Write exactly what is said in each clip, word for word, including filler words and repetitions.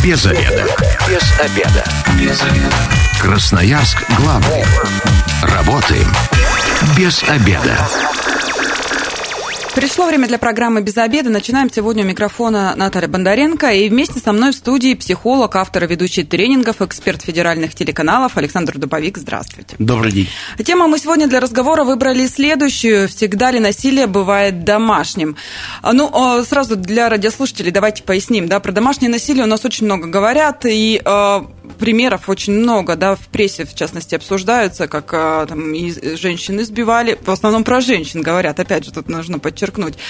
Без обеда. Без обеда. Без обеда. Красноярск главный. Работаем без обеда. Пришло время для программы «Без обеда». Начинаем сегодня у микрофона Наталья Бондаренко. И вместе со мной в студии психолог, автор и ведущий тренингов, эксперт федеральных телеканалов Александр Дубовик. Здравствуйте. Добрый день. Тему мы сегодня для разговора выбрали следующую. Всегда ли насилие бывает домашним? Ну, сразу для радиослушателей давайте поясним. Да, про домашнее насилие у нас очень много говорят, и э, примеров очень много. Да, в прессе, в частности, обсуждаются, как э, там, и женщин избивали. В основном про женщин говорят. Опять же, тут нужно подчеркнуть.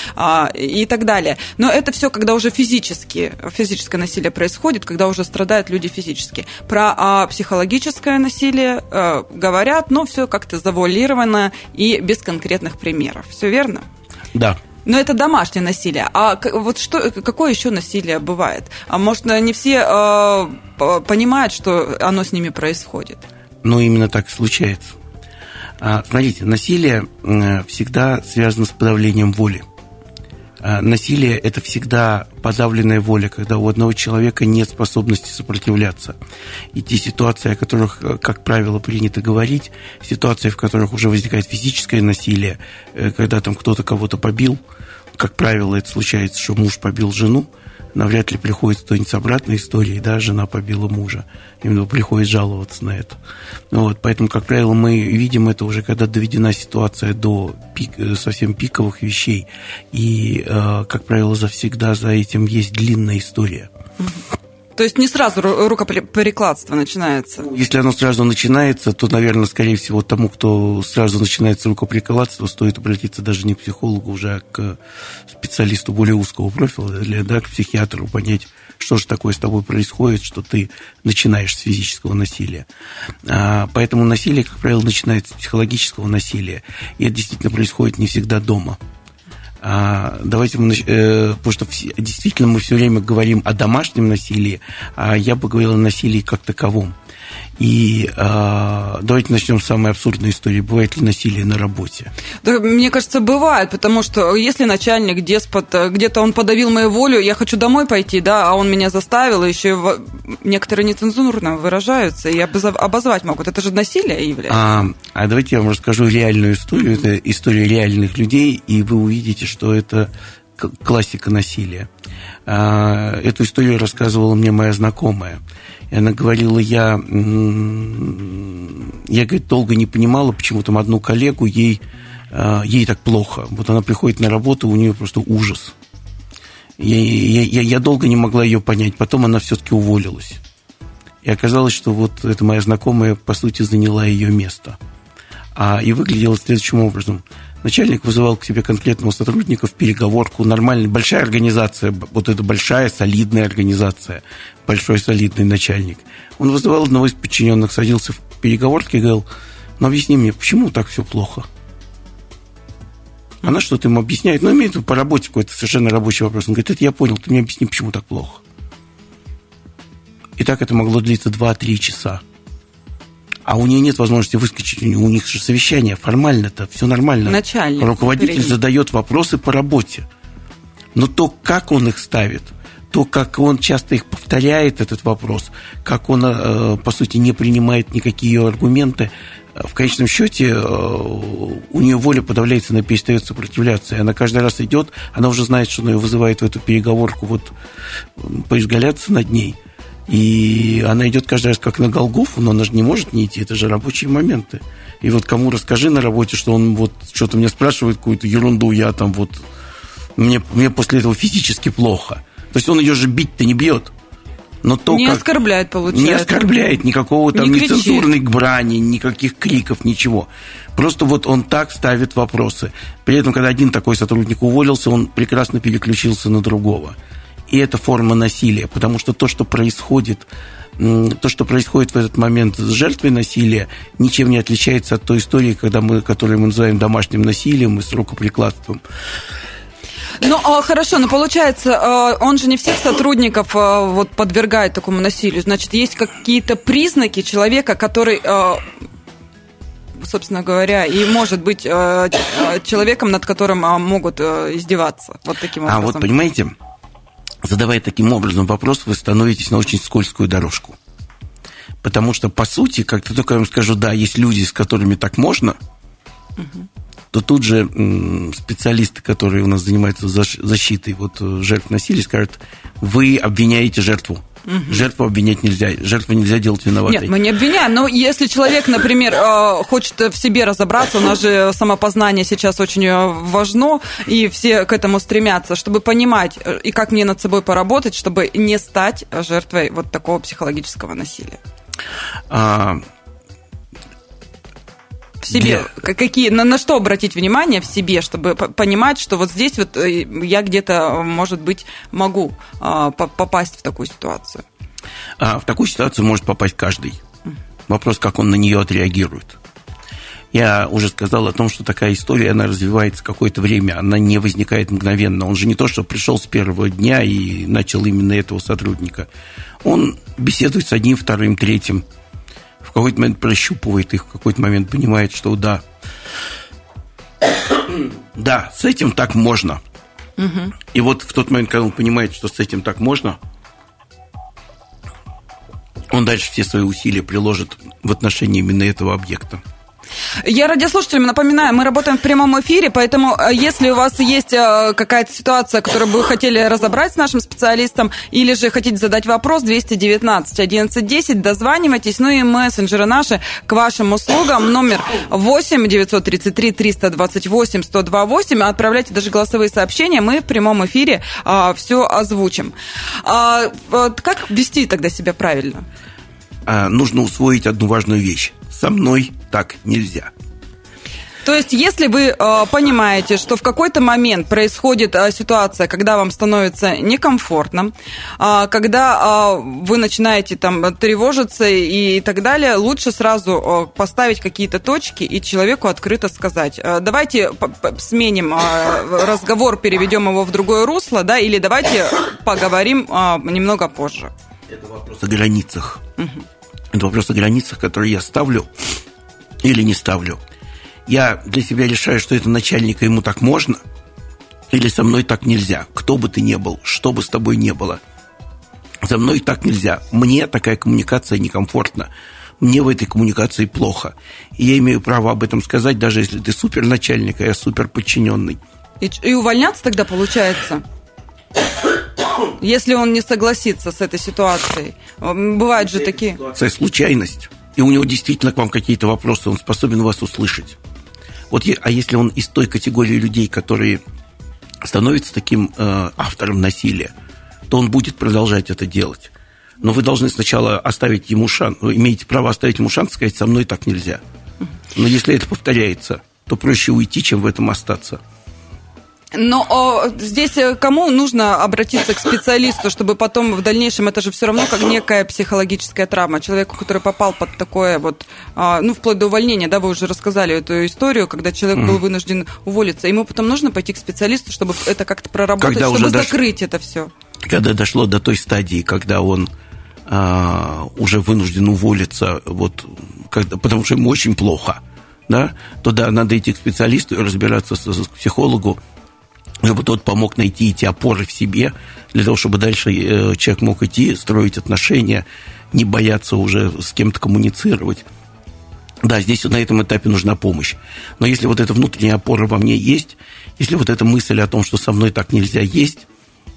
И так далее. Но это все, когда уже физически, физическое насилие происходит, когда уже страдают люди физически. Про а, психологическое насилие а, говорят, но все как-то завуалировано и без конкретных примеров. Все верно? Да. Но это домашнее насилие. А вот что, какое еще насилие бывает? А может, не все а, понимают, что оно с ними происходит? Ну, именно так и случается. Смотрите, насилие всегда связано с подавлением воли. Насилие – это всегда подавленная воля, когда у одного человека нет способности сопротивляться. И те ситуации, о которых, как правило, принято говорить, ситуации, в которых уже возникает физическое насилие, когда там кто-то кого-то побил, как правило, это случается, что муж побил жену, навряд ли приходит кто-нибудь с обратной историей, да, жена побила мужа. Именно приходит жаловаться на это. Вот, поэтому, как правило, мы видим это уже, когда доведена ситуация до пик, совсем пиковых вещей. И, э, как правило, завсегда за этим есть длинная история. То есть не сразу рукоприкладство начинается? Если оно сразу начинается, то, наверное, скорее всего, тому, кто сразу начинается рукоприкладство, стоит обратиться даже не к психологу, уже а к специалисту более узкого профиля, или, да, к психиатру, понять, что же такое с тобой происходит, что ты начинаешь с физического насилия. А, поэтому насилие, как правило, начинается с психологического насилия, и это действительно происходит не всегда дома. А, давайте мы, э, потому что все, действительно мы все время говорим о домашнем насилии, а я бы говорил о насилии как таковом. И э, давайте начнем с самой абсурдной истории. Бывает ли насилие на работе? Да, мне кажется, бывает, потому что если начальник, деспот, где-то он подавил мою волю, я хочу домой пойти, да, а он меня заставил, и еще в... некоторые нецензурно выражаются и обозвать могут. Это же насилие является. А, а давайте я вам расскажу реальную историю. Это история реальных людей, и вы увидите, что это классика насилия. А, эту историю рассказывала мне моя знакомая. И она говорила, я, я, говорит, долго не понимала, почему там одну коллегу, ей, ей так плохо. Вот она приходит на работу, у нее просто ужас. Я, я, я долго не могла ее понять. Потом она все-таки уволилась. И оказалось, что вот эта моя знакомая, по сути, заняла ее место. А, и выглядело следующим образом. Начальник вызывал к себе конкретного сотрудника в переговорку. Нормальная, большая организация, вот эта большая, солидная организация, большой, солидный начальник. Он вызывал одного из подчиненных, садился в переговорке и говорил, ну, объясни мне, почему так все плохо? Она что-то ему объясняет, ну, имеет по работе какой-то совершенно рабочий вопрос. Он говорит, это я понял, ты мне объясни, почему так плохо. И так это могло длиться два-три часа. А у нее нет возможности выскочить, у них же совещание, формально-то все нормально. Начальник. Руководитель перейти. задает вопросы по работе. Но то, как он их ставит, то, как он часто их повторяет, этот вопрос, как он, по сути, не принимает никакие ее аргументы, в конечном счете у нее воля подавляется, она перестает сопротивляться. И она каждый раз идет, она уже знает, что она ее вызывает в эту переговорку, вот поизгаляться над ней. И она идет каждый раз как на Голгофу, но она же не может не идти, это же рабочие моменты. И вот кому расскажи на работе, что он вот что-то меня спрашивает, какую-то ерунду, я там вот... Мне, мне после этого физически плохо. То есть он ее же бить-то не бьет. Но то, не как... оскорбляет, получается. Не оскорбляет, никакого там не нецензурной брани, никаких криков, ничего. Просто вот он так ставит вопросы. При этом, когда один такой сотрудник уволился, он прекрасно переключился на другого. И это форма насилия, потому что то, что происходит, то, что происходит в этот момент с жертвой насилия, ничем не отличается от той истории, когда мы, которую мы называем домашним насилием и с рукоприкладством. Ну, хорошо, но получается, он же не всех сотрудников вот подвергает такому насилию. Значит, есть какие-то признаки человека, который... собственно говоря, и может быть человеком, над которым могут издеваться. Вот таким образом. А вот, понимаете... задавая таким образом вопрос, вы становитесь на очень скользкую дорожку. Потому что, по сути, как только я вам скажу, да, есть люди, с которыми так можно, угу. то тут же специалисты, которые у нас занимаются защитой вот, жертв насилия, скажут, вы обвиняете жертву. Угу. Жертву обвинять нельзя. Жертву нельзя делать виноватой. Нет, мы не обвиняем. Но если человек, например, хочет в себе разобраться, у нас же самопознание сейчас очень важно, и все к этому стремятся, чтобы понимать, и как мне над собой поработать, чтобы не стать жертвой вот такого психологического насилия. А... В себе. Для... Какие, на, на что обратить внимание в себе, чтобы понимать, что вот здесь вот я где-то, может быть, могу а, попасть в такую ситуацию? А, в такую ситуацию может попасть каждый. Вопрос, как он на нее отреагирует. Я уже сказал о том, что такая история, она развивается какое-то время, она не возникает мгновенно. Он же не то, что пришел с первого дня и начал именно этого сотрудника. Он беседует с одним, вторым, третьим. В какой-то момент прощупывает их, в какой-то момент понимает, что да, да, с этим так можно. Угу. И вот в тот момент, когда он понимает, что с этим так можно, он дальше все свои усилия приложит в отношении именно этого объекта. Я радиослушателям напоминаю, мы работаем в прямом эфире, поэтому если у вас есть какая-то ситуация, которую бы вы хотели разобрать с нашим специалистом, или же хотите задать вопрос, двести девятнадцать одиннадцать десять, дозванивайтесь. Ну и мессенджеры наши к вашим услугам. Номер восемь девятьсот тридцать три триста двадцать восемь сто два восемь. Отправляйте даже голосовые сообщения, мы в прямом эфире а, все озвучим. А, вот как вести тогда себя правильно? А, нужно усвоить одну важную вещь. Со мной так нельзя. То есть, если вы э, понимаете, что в какой-то момент происходит э, ситуация, когда вам становится некомфортно, э, когда э, вы начинаете там тревожиться и, и так далее, лучше сразу э, поставить какие-то точки и человеку открыто сказать. Э, давайте сменим э, разговор, переведем его в другое русло, да, или давайте поговорим э, немного позже. Это вопрос о границах. Угу. Это вопрос о границах, которые я ставлю или не ставлю. Я для себя решаю, что это начальника, ему так можно, или со мной так нельзя. Кто бы ты ни был, что бы с тобой ни было. Со мной так нельзя. Мне такая коммуникация некомфортна. Мне в этой коммуникации плохо. И я имею право об этом сказать, даже если ты суперначальник, а я суперподчиненный. И, и увольняться тогда получается? Если он не согласится с этой ситуацией. Бывают же такие... Ситуация случайность. И у него действительно к вам какие-то вопросы, он способен вас услышать. Вот, а если он из той категории людей, которые становятся таким э, автором насилия, то он будет продолжать это делать. Но вы должны сначала оставить ему шанс, вы имеете право оставить ему шанс сказать, со мной так нельзя. Но если это повторяется, то проще уйти, чем в этом остаться. Но о, здесь кому нужно обратиться к специалисту, чтобы потом в дальнейшем, это же все равно как некая психологическая травма. Человеку, который попал под такое вот, ну, вплоть до увольнения, да, вы уже рассказали эту историю, когда человек mm. был вынужден уволиться. Ему потом нужно пойти к специалисту, чтобы это как-то проработать, когда чтобы закрыть дош... это все. Когда дошло до той стадии, когда он а, уже вынужден уволиться, вот, когда, потому что ему очень плохо, да, то да, надо идти к специалисту и разбираться с, с психологу, чтобы тот помог найти эти опоры в себе, для того, чтобы дальше человек мог идти, строить отношения, не бояться уже с кем-то коммуницировать. Да, здесь на этом этапе нужна помощь. Но если вот эта внутренняя опора во мне есть, если вот эта мысль о том, что со мной так нельзя, есть,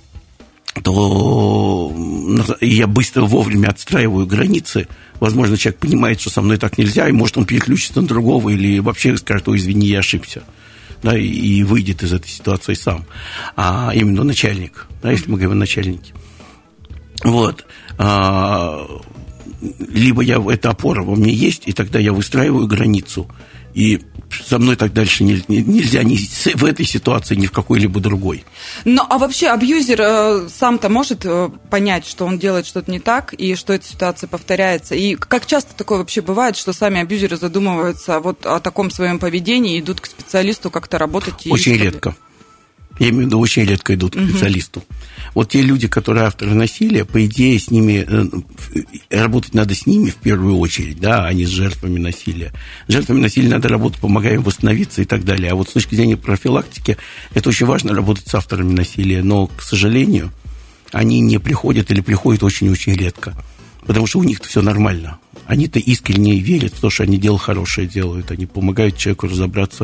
то я быстро вовремя отстраиваю границы. Возможно, человек понимает, что со мной так нельзя, и может он переключится на другого или вообще скажет, ой, извини, я ошибся. Да, и выйдет из этой ситуации сам. А именно начальник, да, если мы говорим о начальнике. Вот. А, либо я, эта опора во мне есть, и тогда я выстраиваю границу, и со мной так дальше не, не, нельзя ни в этой ситуации, ни в какой-либо другой. Ну, а вообще абьюзер э, сам-то может э, понять, что он делает что-то не так, и что эта ситуация повторяется? И как часто такое вообще бывает, что сами абьюзеры задумываются вот о таком своем поведении и идут к специалисту как-то работать? И очень редко. Я имею в виду, очень редко идут к специалисту. Угу. Вот те люди, которые авторы насилия, по идее, с ними работать надо с ними в первую очередь, да, а не с жертвами насилия. С жертвами насилия надо работать, помогая им восстановиться и так далее. А вот с точки зрения профилактики, это очень важно работать с авторами насилия. Но, к сожалению, они не приходят или приходят очень-очень редко. Потому что у них все нормально. Они-то искренне верят в то, что они дело хорошее делают. Они помогают человеку разобраться,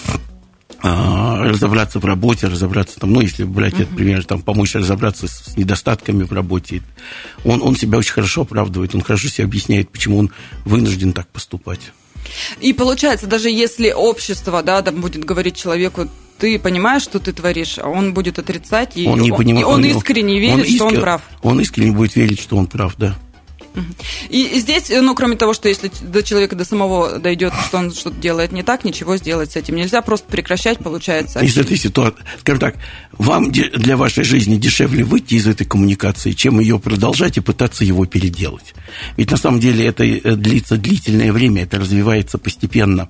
разобраться в работе, разобраться там, ну, если брать, uh-huh. например, там, помочь разобраться с недостатками в работе. Он, он себя очень хорошо оправдывает, он хорошо себе объясняет, почему он вынужден так поступать. И получается, даже если общество, да, там будет говорить человеку, ты понимаешь, что ты творишь, а он будет отрицать, и он, не он, поним... и он, он искренне верит, он иск... что он прав. Он искренне будет верить, что он прав, да. И здесь, ну, кроме того, что если до человека до самого дойдет, что он что-то делает не так, ничего сделать с этим нельзя, просто прекращать, получается. Из этой ситуации, скажем так, вам для вашей жизни дешевле выйти из этой коммуникации, чем ее продолжать и пытаться его переделать. Ведь на самом деле это длится длительное время, это развивается постепенно.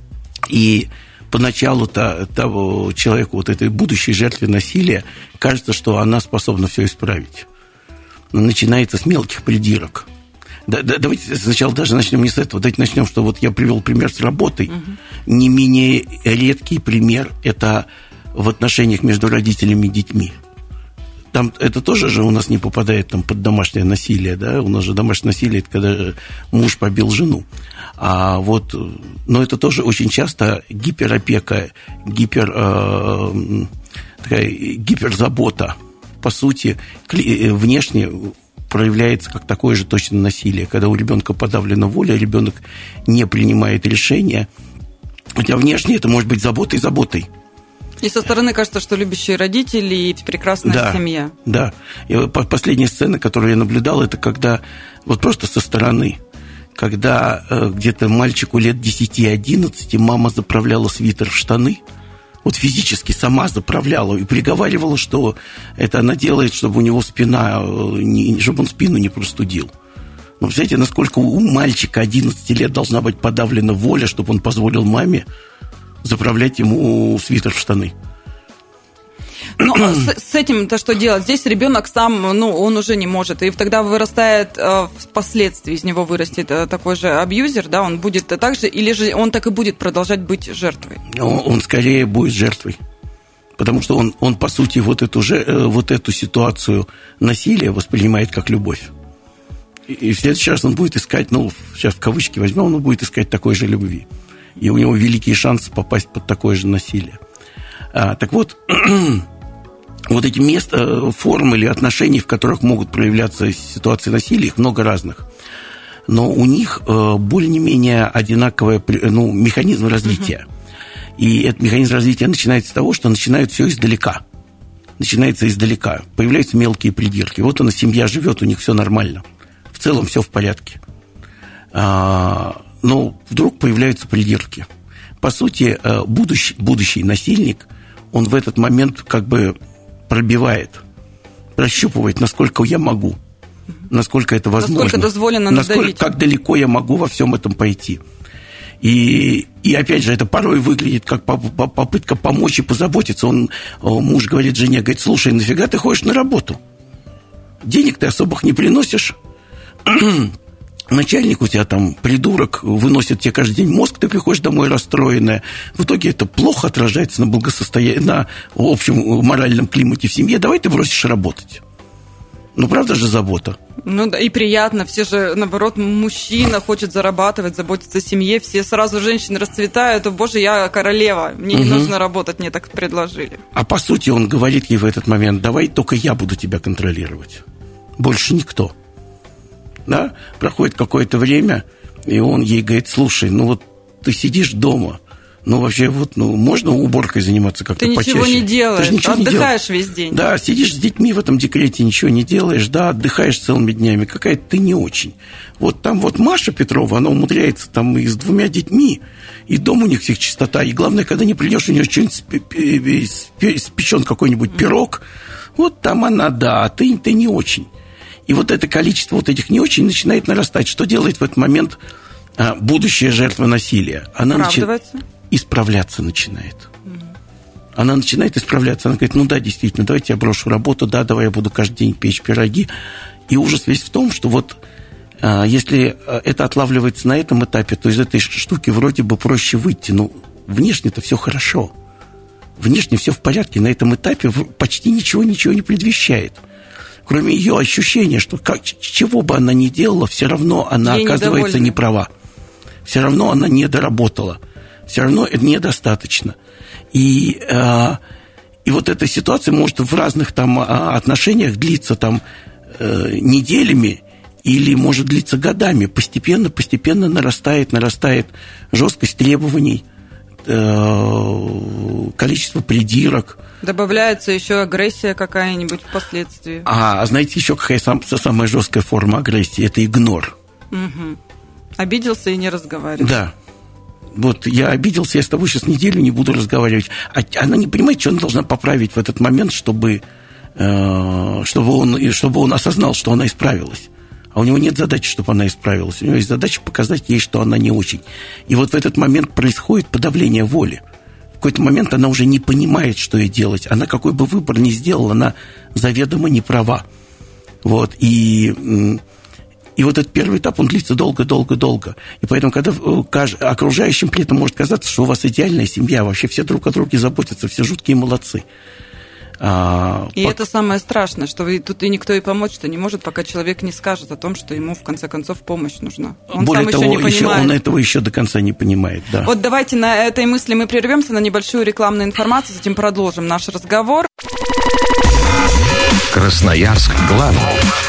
И поначалу-то того человеку, вот этой будущей жертве насилия, кажется, что она способна все исправить. Но начинается с мелких придирок. Да, да, давайте сначала даже начнем не с этого. Давайте начнем, что вот я привел пример с работой. Угу. Не менее редкий пример – это в отношениях между родителями и детьми. Там это тоже же у нас не попадает там, под домашнее насилие. Да? У нас же домашнее насилие – это когда муж побил жену. А вот, но это тоже очень часто гиперопека, гипер, э, такая гиперзабота. По сути, внешне проявляется как такое же точно насилие. Когда у ребенка подавлена воля, ребенок не принимает решения, хотя внешне это может быть заботой заботой. И со стороны кажется, что любящие родители и прекрасная да, семья. Да. И последняя сцена, которую я наблюдал, это когда, вот просто со стороны, когда э, где-то мальчику лет десять-одиннадцать мама заправляла свитер в штаны, вот физически сама заправляла и приговаривала, что это она делает, чтобы у него спина, не, чтобы он спину не простудил. Но представляете, насколько у мальчика одиннадцати лет должна быть подавлена воля, чтобы он позволил маме заправлять ему свитер в штаны. Ну, с, с этим-то что делать? Здесь ребенок сам, ну, он уже не может. И тогда вырастает, впоследствии из него вырастет такой же абьюзер, да, он будет так же, или же он так и будет продолжать быть жертвой? Он, он скорее будет жертвой. Потому что он, он по сути, вот эту, же, вот эту ситуацию насилия воспринимает как любовь. И, и в следующий раз он будет искать, ну, сейчас в кавычки возьмем, он будет искать такой же любви. И у него великие шансы попасть под такое же насилие. А, так вот... Вот эти места, формы или отношений, в которых могут проявляться ситуации насилия, их много разных. Но у них более-менее одинаковый, ну, механизм развития. Uh-huh. И этот механизм развития начинается с того, что начинают все издалека. Начинается издалека. Появляются мелкие придирки. Вот она, семья живет, у них все нормально. В целом все в порядке. А, но вдруг появляются придирки. По сути, будущий, будущий насильник, он в этот момент как бы пробивает, прощупывает, насколько я могу, насколько это возможно. Насколько дозволено насколько, надавить. Как далеко я могу во всем этом пойти. И, и опять же, это порой выглядит как попытка помочь и позаботиться. Он, муж говорит жене, говорит, слушай, нафига ты ходишь на работу? Денег ты особых не приносишь. Начальник у тебя там придурок, выносит тебе каждый день мозг, ты приходишь домой расстроенная. В итоге это плохо отражается на благосостоянии, на общем моральном климате в семье. Давай ты бросишь работать. Ну, правда же забота? Ну да, и приятно. Все же, наоборот, мужчина хочет зарабатывать, заботиться о семье. Все сразу женщины расцветают. О, боже, я королева, мне угу. не нужно работать, мне так предложили. А по сути он говорит ей в этот момент, давай только я буду тебя контролировать. Больше никто. Да? Проходит какое-то время, и он ей говорит, слушай, ну вот ты сидишь дома, ну вообще вот, ну можно уборкой заниматься как-то ты почаще? Ты ничего не делаешь, ты ничего отдыхаешь не весь день. Да, сидишь с детьми в этом декрете, ничего не делаешь, да, отдыхаешь целыми днями, какая-то ты не очень. Вот там вот Маша Петрова, она умудряется там и с двумя детьми, и дома у них всех чистота, и главное, когда не придешь, у нее что-нибудь спечен какой-нибудь пирог, вот там она, да, а ты, ты не очень. И вот это количество вот этих не очень начинает нарастать. Что делает в этот момент а, будущая жертва насилия? Она начинает исправляться начинает. Mm. Она начинает исправляться. Она говорит, ну да, действительно, давайте я брошу работу, да, давай я буду каждый день печь пироги. И ужас весь в том, что вот а, если это отлавливается на этом этапе, то из этой штуки вроде бы проще выйти. Но внешне-то все хорошо. Внешне все в порядке. На этом этапе почти ничего, ничего не предвещает. кроме ее ощущения, что как, чего бы она ни делала, все равно она Ей оказывается не права. Все равно она не доработала. Все равно это недостаточно. И, э, и вот эта ситуация может в разных там отношениях длиться там э, неделями или может длиться годами. Постепенно, постепенно нарастает, нарастает жесткость требований, э, количество придирок. Добавляется еще агрессия какая-нибудь впоследствии. А, а знаете, еще какая сам, самая жесткая форма агрессии? Это игнор. Угу. Обиделся и не разговаривает. Да. Вот я обиделся, я с тобой сейчас неделю не буду разговаривать. А она не понимает, что она должна поправить в этот момент, чтобы, э, чтобы, он, чтобы он осознал, что она исправилась. А у него нет задачи, чтобы она исправилась. У него есть задача показать ей, что она не очень. И вот в этот момент происходит подавление воли. В какой-то момент она уже не понимает, что ей делать. Она какой бы выбор ни сделала, она заведомо не права. Вот. И... И вот этот первый этап, он длится долго-долго-долго. И поэтому, когда окружающим при этом может казаться, что у вас идеальная семья, вообще все друг о друге заботятся, все жуткие молодцы. А, и по... это самое страшное, что вы, тут и никто и помочь-то не может, пока человек не скажет о том, что ему, в конце концов, помощь нужна. Он Более сам того, еще не еще, понимает. он этого еще до конца не понимает. Да. Вот давайте на этой мысли мы прервемся на небольшую рекламную информацию, затем продолжим наш разговор. Красноярск главный.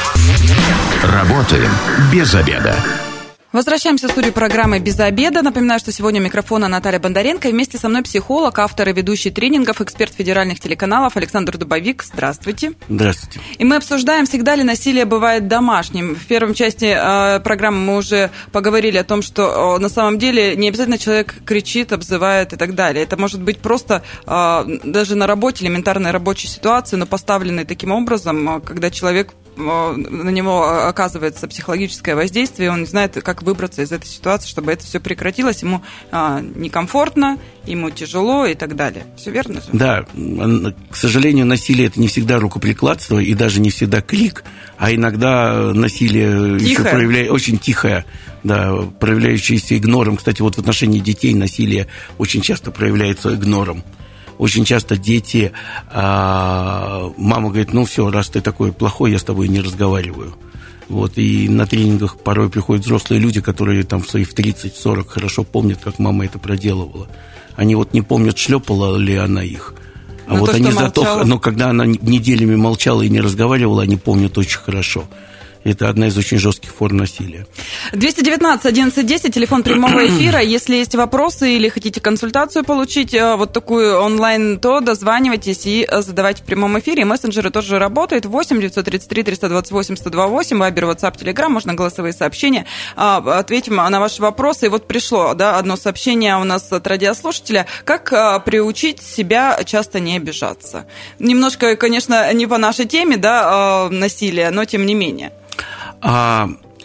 Работаем без обеда. Возвращаемся в студию программы «Без обеда». Напоминаю, что сегодня у микрофона Наталья Бондаренко. И вместе со мной психолог, автор и ведущий тренингов, эксперт федеральных телеканалов Александр Дубовик. Здравствуйте. Здравствуйте. И мы обсуждаем, всегда ли насилие бывает домашним. В первой части э, программы мы уже поговорили о том, что э, на самом деле не обязательно человек кричит, обзывает и так далее. Это может быть просто э, даже на работе, элементарной рабочей ситуации, но поставленной таким образом, э, когда человек на него оказывается психологическое воздействие, он не знает, как выбраться из этой ситуации, чтобы это все прекратилось, ему а, некомфортно, ему тяжело и так далее. Все верно же? Да, к сожалению, насилие – это не всегда рукоприкладство и даже не всегда крик, а иногда насилие еще проявляет, очень тихое, да, проявляющееся игнором. Кстати, вот в отношении детей насилие очень часто проявляется игнором. Очень часто дети, а, мама говорит, ну все, раз ты такой плохой, я с тобой не разговариваю. Вот, и на тренингах порой приходят взрослые люди, которые там в своих тридцать-сорок хорошо помнят, как мама это проделывала. Они вот не помнят, шлепала ли она их. А но вот то, они зато, но когда она неделями молчала и не разговаривала, они помнят очень хорошо. Это одна из очень жестких форм насилия. двести девятнадцать одиннадцать десять, телефон прямого эфира. Если есть вопросы или хотите консультацию получить, вот такую онлайн, то дозванивайтесь и задавайте в прямом эфире. Мессенджеры тоже работают. восемь девятьсот тридцать три триста двадцать восемь сто двадцать восемь, Вайбер, WhatsApp, Telegram, можно голосовые сообщения. Ответим на ваши вопросы. И вот пришло, да, одно сообщение у нас от радиослушателя. Как приучить себя часто не обижаться? Немножко, конечно, не по нашей теме, да, насилие, но тем не менее. А,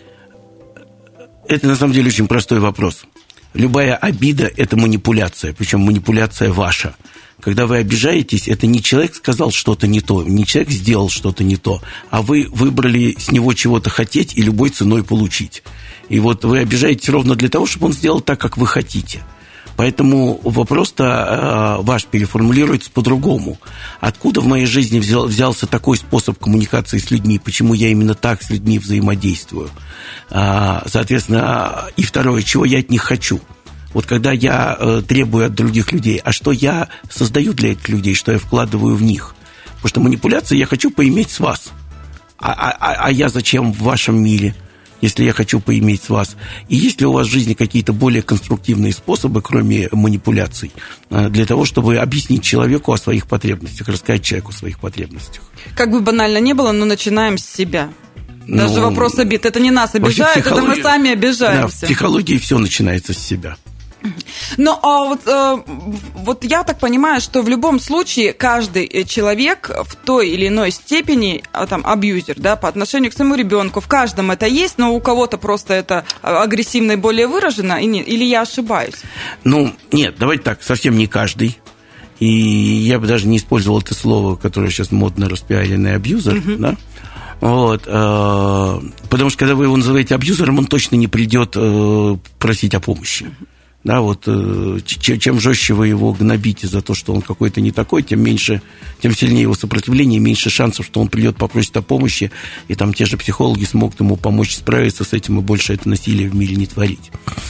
это на самом деле очень простой вопрос. Любая обида – это манипуляция, причем манипуляция ваша. Когда вы обижаетесь, это не человек сказал что-то не то, не человек сделал что-то не то, а вы выбрали с него чего-то хотеть и любой ценой получить. И вот вы обижаетесь ровно для того, чтобы он сделал так, как вы хотите. Поэтому вопрос-то э, ваш переформулируется по-другому. Откуда в моей жизни взял, взялся такой способ коммуникации с людьми? Почему я именно так с людьми взаимодействую? А, соответственно, и второе, чего я от них хочу? Вот когда я э, требую от других людей, а что я создаю для этих людей, что я вкладываю в них? Потому что манипуляции я хочу поиметь с вас. А, а, а я зачем в вашем мире? Если я хочу поиметь с вас. И есть ли у вас в жизни какие-то более конструктивные способы, кроме манипуляций, для того, чтобы объяснить человеку о своих потребностях, рассказать человеку о своих потребностях? Как бы банально ни было, но начинаем с себя. Даже ну, вопрос обид. Это не нас обижают, это мы сами обижаемся. Да, в психологии все начинается с себя. Но а вот, а, вот я так понимаю, что в любом случае каждый человек в той или иной степени а, там, абьюзер, да, по отношению к своему ребенку. В каждом это есть, но у кого-то просто это агрессивно и более выражено, и не, или я ошибаюсь? Ну, нет, давайте так, совсем не каждый. И я бы даже не использовал это слово, которое сейчас модно распиаренный абьюзер, uh-huh. да. Вот, э, потому что когда вы его называете абьюзером, он точно не придет э, просить о помощи. Да, вот чем, чем жестче вы его гнобите за то, что он какой-то не такой, тем меньше, тем сильнее его сопротивление, меньше шансов, что он придет, попросит о помощи, и там те же психологи смогут ему помочь справиться с этим и больше это насилие в мире не творить.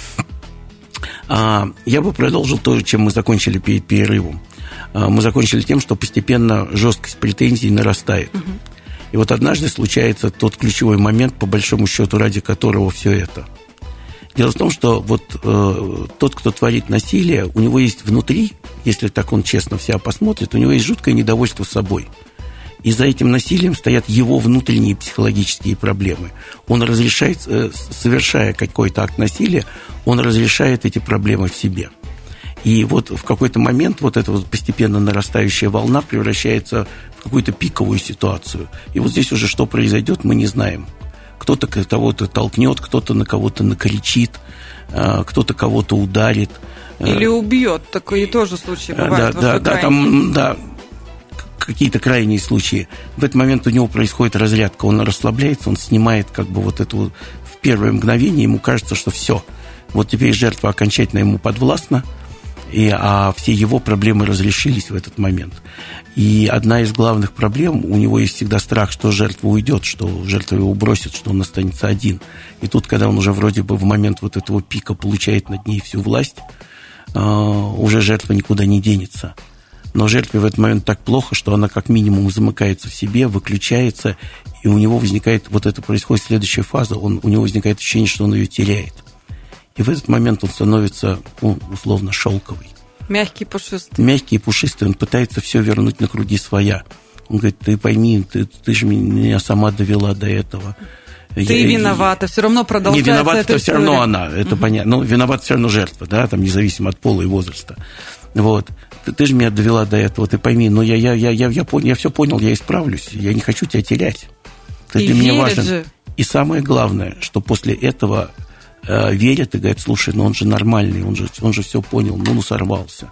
А, я бы продолжил то, чем мы закончили перед перерывом. А, мы закончили тем, что постепенно жесткость претензий нарастает. Угу. И вот однажды случается тот ключевой момент, по большому счету, ради которого все это. Дело в том, что вот э, тот, кто творит насилие, у него есть внутри, если так он честно в себя посмотрит, у него есть жуткое недовольство собой. И за этим насилием стоят его внутренние психологические проблемы. Он разрешает, э, совершая какой-то акт насилия, он разрешает эти проблемы в себе. И вот в какой-то момент вот эта вот постепенно нарастающая волна превращается в какую-то пиковую ситуацию. И вот здесь уже что произойдет, мы не знаем. Кто-то кого-то толкнет, кто-то на кого-то накричит, кто-то кого-то ударит. Или убьет. Такие тоже случаи бывают. Да, да, да, там, да, какие-то крайние случаи. В этот момент у него происходит разрядка, он расслабляется, он снимает как бы вот эту... В первое мгновение ему кажется, что все. Вот теперь жертва окончательно ему подвластна, и, а все его проблемы разрешились в этот момент. И одна из главных проблем, у него есть всегда страх, что жертва уйдет, что жертва его бросит, что он останется один. И тут, когда он уже вроде бы в момент вот этого пика получает над ней всю власть, уже жертва никуда не денется. Но жертве в этот момент так плохо, что она как минимум замыкается в себе, выключается, и у него возникает, вот это происходит следующая фаза, он, у него возникает ощущение, что он ее теряет. И в этот момент он становится, ну, условно, шелковый. Мягкий, пушистый. Мягкий и пушистый. Он пытается все вернуть на круги своя. Он говорит, ты пойми, ты, ты же меня сама довела до этого. Ты я, виновата, все равно продолжается. Не виновата, это все история. равно она, это угу. понятно. Но виновата все равно жертва, да, там, независимо от пола и возраста. Вот. Ты, ты же меня довела до этого, ты пойми, но я, я, я, я, я, понял, я все понял, я исправлюсь, я не хочу тебя терять. Ты и для меня важен. Же. И самое главное, что после этого э, верят и говорят, слушай, ну он же нормальный, он же, он же все понял, ну, ну сорвался.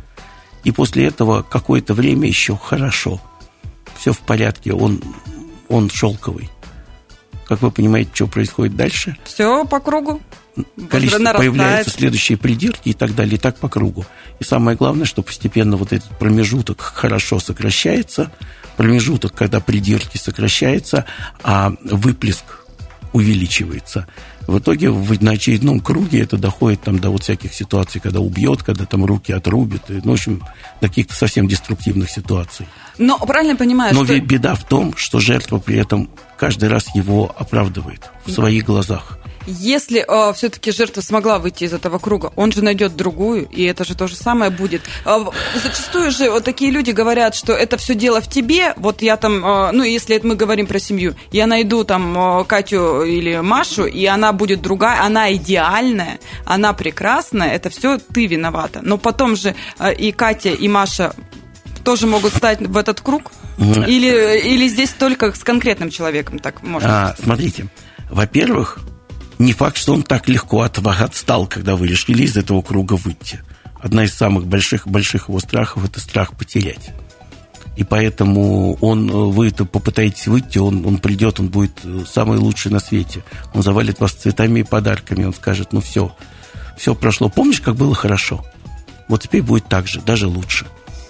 И после этого какое-то время еще хорошо, все в порядке, он, он шелковый. Как вы понимаете, что происходит дальше? Все по кругу. Количество появляются следующие придирки и так далее, и так по кругу. И самое главное, что постепенно вот этот промежуток хорошо сокращается, промежуток, когда придирки сокращается, а выплеск увеличивается. В итоге на очередном круге это доходит там, до вот всяких ситуаций, когда убьет, когда там руки отрубит, и, ну, в общем, до каких-то совсем деструктивных ситуаций. Но правильно понимаю, Но что... беда в том, что жертва при этом каждый раз его оправдывает в своих глазах. Если э, все-таки жертва смогла выйти из этого круга, он же найдет другую, и это же то же самое будет. Э, зачастую же вот такие люди говорят, что это все дело в тебе. Вот я там, э, ну, если мы говорим про семью, я найду там э, Катю или Машу, и она будет другая, она идеальная, она прекрасная, это все ты виновата. Но потом же э, и Катя, и Маша тоже могут стать в этот круг? Mm-hmm. Или, или здесь только с конкретным человеком так можно? А, смотрите, во-первых, не факт, что он так легко от вас отстал, когда вы решили из этого круга выйти. Одна из самых больших, больших его страхов – это страх потерять. И поэтому он, вы это попытаетесь выйти, он, он придет, он будет самый лучший на свете. Он завалит вас цветами и подарками, он скажет, ну все, все прошло. Помнишь, как было хорошо? Вот теперь будет так же, даже лучше.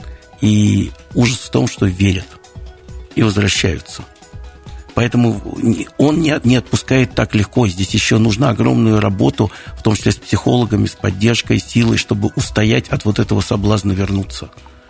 И ужас в том, что верят и возвращаются. Поэтому он не, не отпускает так легко. Здесь еще нужна огромная работа, в том числе с психологами, с поддержкой, силой, чтобы устоять от вот этого соблазна вернуться.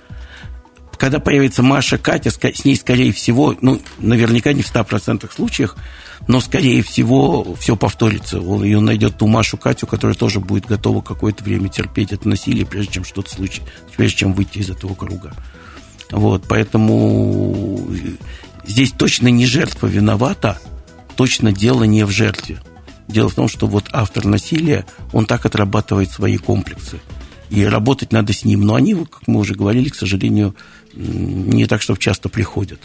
Когда появится Маша, Катя, с ней, скорее всего, ну, наверняка не в ста процентах случаях, но, скорее всего, все повторится. Он, и он найдет ту Машу, Катю, которая тоже будет готова какое-то время терпеть это насилие, прежде чем что-то случится, прежде чем выйти из этого круга. Вот, поэтому здесь точно не жертва виновата, точно дело не в жертве. Дело в том, что вот автор насилия, он так отрабатывает свои комплексы. И работать надо с ним. Но они, как мы уже говорили, к сожалению, не так, чтобы часто приходят.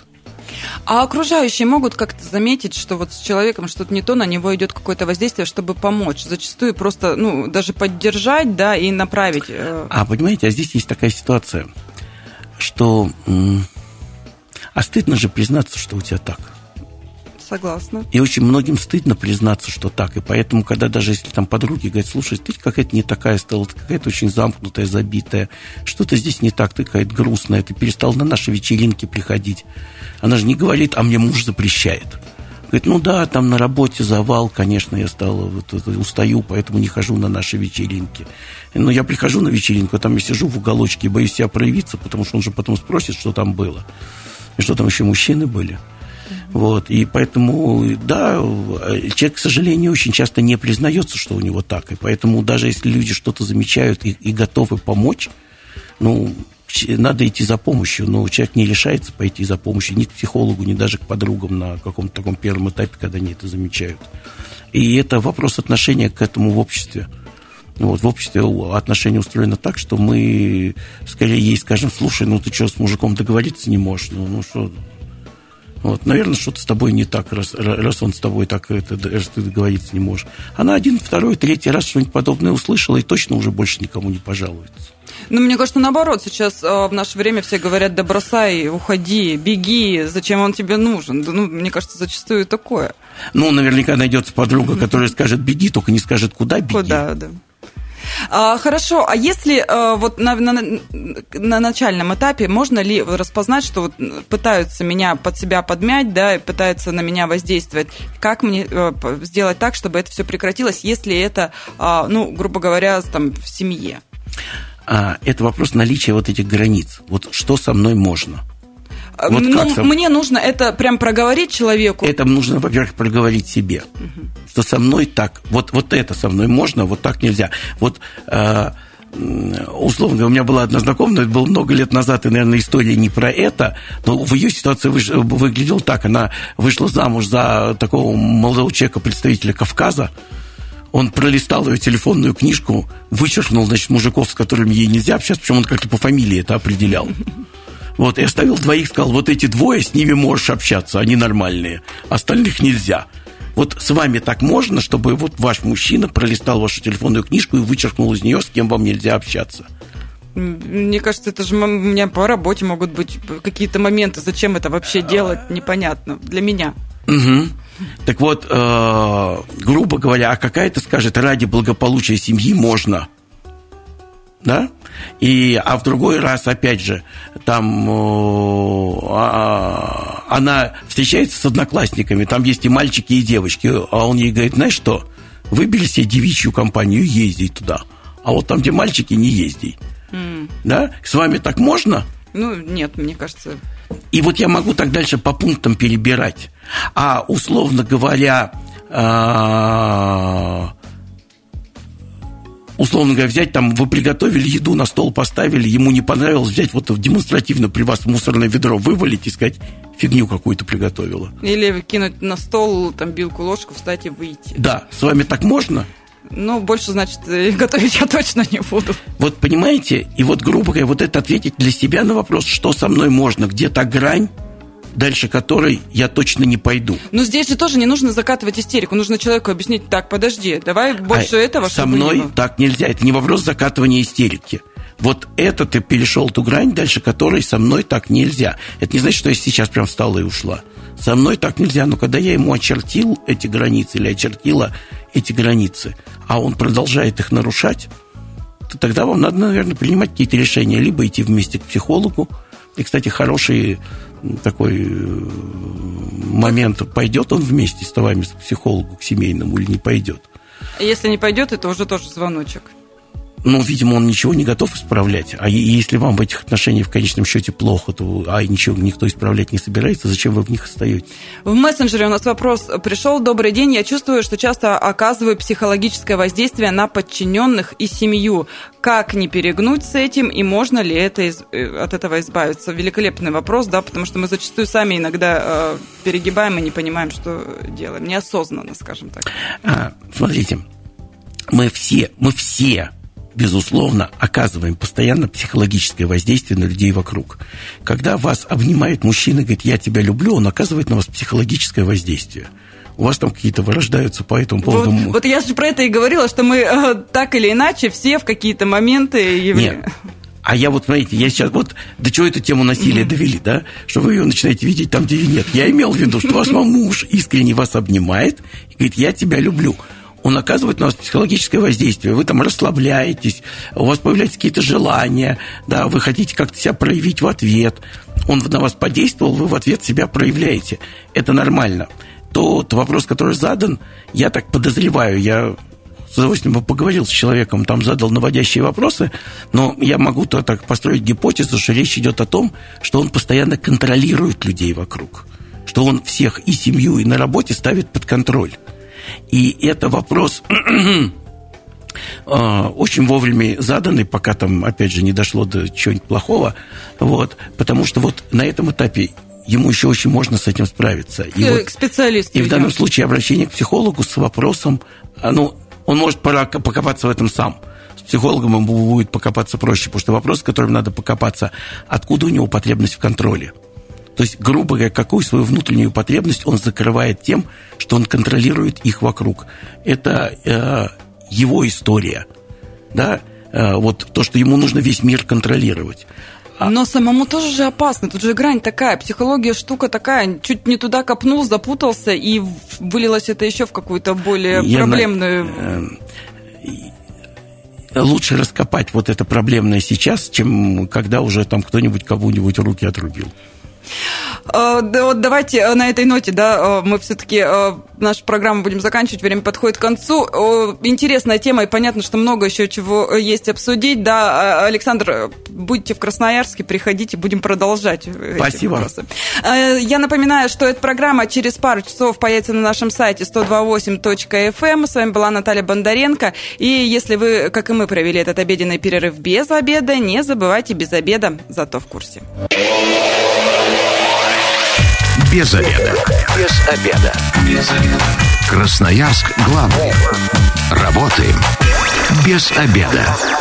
А окружающие могут как-то заметить, что вот с человеком что-то не то, на него идет какое-то воздействие, чтобы помочь? Зачастую просто, ну, даже поддержать, да, и направить. А, понимаете, а здесь есть такая ситуация, что... А стыдно же признаться, что у тебя так. Согласна. И очень многим стыдно признаться, что так. И поэтому, когда даже если там подруги говорят, слушай, ты какая-то не такая стала, ты какая-то очень замкнутая, забитая, что-то здесь не так, ты какая-то грустная, ты перестал на наши вечеринки приходить. Она же не говорит, а мне муж запрещает. Говорит, ну да, там на работе завал, конечно, я стала, вот, вот, устаю, поэтому не хожу на наши вечеринки. Но я прихожу на вечеринку, а там я сижу в уголочке и боюсь себя проявиться, потому что он же потом спросит, что там было. И что там еще мужчины были. Вот, и поэтому, да, человек, к сожалению, очень часто не признается, что у него так. И поэтому даже если люди что-то замечают и, и готовы помочь, ну, надо идти за помощью. Но человек не решается пойти за помощью ни к психологу, ни даже к подругам на каком-то таком первом этапе, когда они это замечают. И это вопрос отношения к этому в обществе. Вот, в обществе отношения устроены так, что мы скорее ей скажем, слушай, ну ты что, с мужиком договориться не можешь? Ну, ну что... Вот, наверное, что-то с тобой не так, раз, раз он с тобой так, это, раз ты договориться не можешь. Она один, второй, третий раз что-нибудь подобное услышала и точно уже больше никому не пожалуется. Ну, мне кажется, наоборот, сейчас в наше время все говорят, да бросай, уходи, беги, зачем он тебе нужен? Да, ну, мне кажется, зачастую такое. Ну, наверняка найдется подруга, которая скажет, беги, только не скажет, куда беги. Куда, да. А, хорошо, а если а, вот на, на, на начальном этапе можно ли распознать, что вот пытаются меня под себя подмять, да, и пытаются на меня воздействовать? Как мне а, сделать так, чтобы это все прекратилось, если это, а, ну, грубо говоря, там, в семье? А, это вопрос наличия вот этих границ. Вот что со мной можно? Вот ну, со... Мне нужно это прям проговорить человеку. Это нужно, во-первых, проговорить себе. Угу. Что со мной так, вот, вот это со мной можно, вот так нельзя. Вот, э, условно говоря, у меня была одна знакомая, это было много лет назад, и, наверное, история не про это, но в ее ситуации выш... выглядела так. Она вышла замуж за такого молодого человека, представителя Кавказа. Он пролистал ее телефонную книжку, вычеркнул, значит, мужиков, с которыми ей нельзя общаться, причем он как-то по фамилии это определял. Вот, и оставил двоих, сказал, вот эти двое, с ними можешь общаться, они нормальные, остальных нельзя. Вот с вами так можно, чтобы вот ваш мужчина пролистал вашу телефонную книжку и вычеркнул из нее, с кем вам нельзя общаться. Мне кажется, это же у меня по работе могут быть какие-то моменты, зачем это вообще делать, непонятно, для меня. Угу. Так вот, э, грубо говоря, а какая-то скажет, ради благополучия семьи можно, да? И, а в другой раз, опять же, там э, она встречается с одноклассниками, там есть и мальчики, и девочки, а он ей говорит, знаешь что, выбери себе девичью компанию и езди туда, а вот там, где мальчики, не езди. Mm. Да? С вами так можно? Ну, нет, мне кажется... И вот я могу так дальше по пунктам перебирать. А, условно говоря... Э, условно говоря, взять там, вы приготовили еду, на стол поставили, ему не понравилось, взять вот демонстративно при вас в мусорное ведро вывалить и сказать, фигню какую-то приготовила. Или кинуть на стол там вилку, ложку, встать и выйти. Да, с вами так можно? Ну, больше, значит, готовить я точно не буду. Вот понимаете, и вот, грубо говоря, вот это ответить для себя на вопрос, что со мной можно, где та грань, дальше которой я точно не пойду. Но здесь же тоже не нужно закатывать истерику. Нужно человеку объяснить, так, подожди, давай больше а этого. Со мной не... так нельзя. Это не вопрос закатывания истерики. Вот это ты перешел ту грань, дальше которой со мной так нельзя. Это не значит, что я сейчас прям встала и ушла. Со мной так нельзя. Но когда я ему очертил эти границы или очертила эти границы, а он продолжает их нарушать, то тогда вам надо, наверное, принимать какие-то решения. Либо идти вместе к психологу. И, кстати, хороший такой момент, пойдет он вместе с вами к психологу, к семейному, или не пойдет. Если не пойдет, это уже тоже звоночек. Ну, видимо, он ничего не готов исправлять. А если вам в этих отношениях в конечном счете плохо, то а ничего никто исправлять не собирается, зачем вы в них остаетесь? В мессенджере у нас вопрос пришел. Добрый день. Я чувствую, что часто оказываю психологическое воздействие на подчиненных и семью. Как не перегнуть с этим, и можно ли это из... от этого избавиться? Великолепный вопрос, да, потому что мы зачастую сами иногда э, перегибаем и не понимаем, что делаем. Неосознанно, скажем так. А, смотрите, мы все, мы все... безусловно, оказываем постоянно психологическое воздействие на людей вокруг. Когда вас обнимает мужчина и говорит, я тебя люблю, он оказывает на вас психологическое воздействие. У вас там какие-то вырождаются по этому поводу... Вот, вот я же про это и говорила, что мы э, так или иначе все в какие-то моменты... Нет, А я вот, смотрите, я сейчас вот до чего эту тему насилия довели, да, что вы ее начинаете видеть там, где ее нет. Я имел в виду, что ваш муж искренне вас обнимает и говорит, я тебя люблю. Он оказывает на вас психологическое воздействие. Вы там расслабляетесь, у вас появляются какие-то желания, да, вы хотите как-то себя проявить в ответ. Он на вас подействовал, вы в ответ себя проявляете. Это нормально. Тот вопрос, который задан, я так подозреваю, я с удовольствием бы поговорил с человеком, там задал наводящие вопросы, но я могу то так построить гипотезу, что речь идет о том, что он постоянно контролирует людей вокруг, что он всех и семью, и на работе ставит под контроль. И это вопрос очень вовремя заданный, пока там, опять же, не дошло до чего-нибудь плохого, вот, потому что вот на этом этапе ему еще очень можно с этим справиться. И, к вот, специалисту. И в данном случае обращение к психологу с вопросом, ну, он может покопаться в этом сам. С психологом ему будет покопаться проще, потому что вопрос, с которым надо покопаться, откуда у него потребность в контроле. То есть, грубо говоря, какую свою внутреннюю потребность он закрывает тем, что он контролирует их вокруг. Это э, его история. Да? Э, вот то, что ему нужно весь мир контролировать. Но самому тоже же опасно. Тут же грань такая, психология штука такая. Чуть не туда копнул, запутался, и вылилось это еще в какую-то более Я проблемную... На... Лучше раскопать вот это проблемное сейчас, чем когда уже там кто-нибудь кому-нибудь руки отрубил. Вот давайте на этой ноте, да, мы все-таки нашу программу будем заканчивать, время подходит к концу. Интересная тема, и понятно, что много еще чего есть обсудить. Да, Александр, будьте в Красноярске, приходите, будем продолжать. Спасибо. Я напоминаю, что эта программа через пару часов появится на нашем сайте сто два восемь точка эф эм. С вами была Наталья Бондаренко. И если вы, как и мы, провели этот обеденный перерыв без обеда, не забывайте без обеда, зато в курсе. Без обеда. Без обеда. Без обеда. Красноярск главный. Работаем без обеда.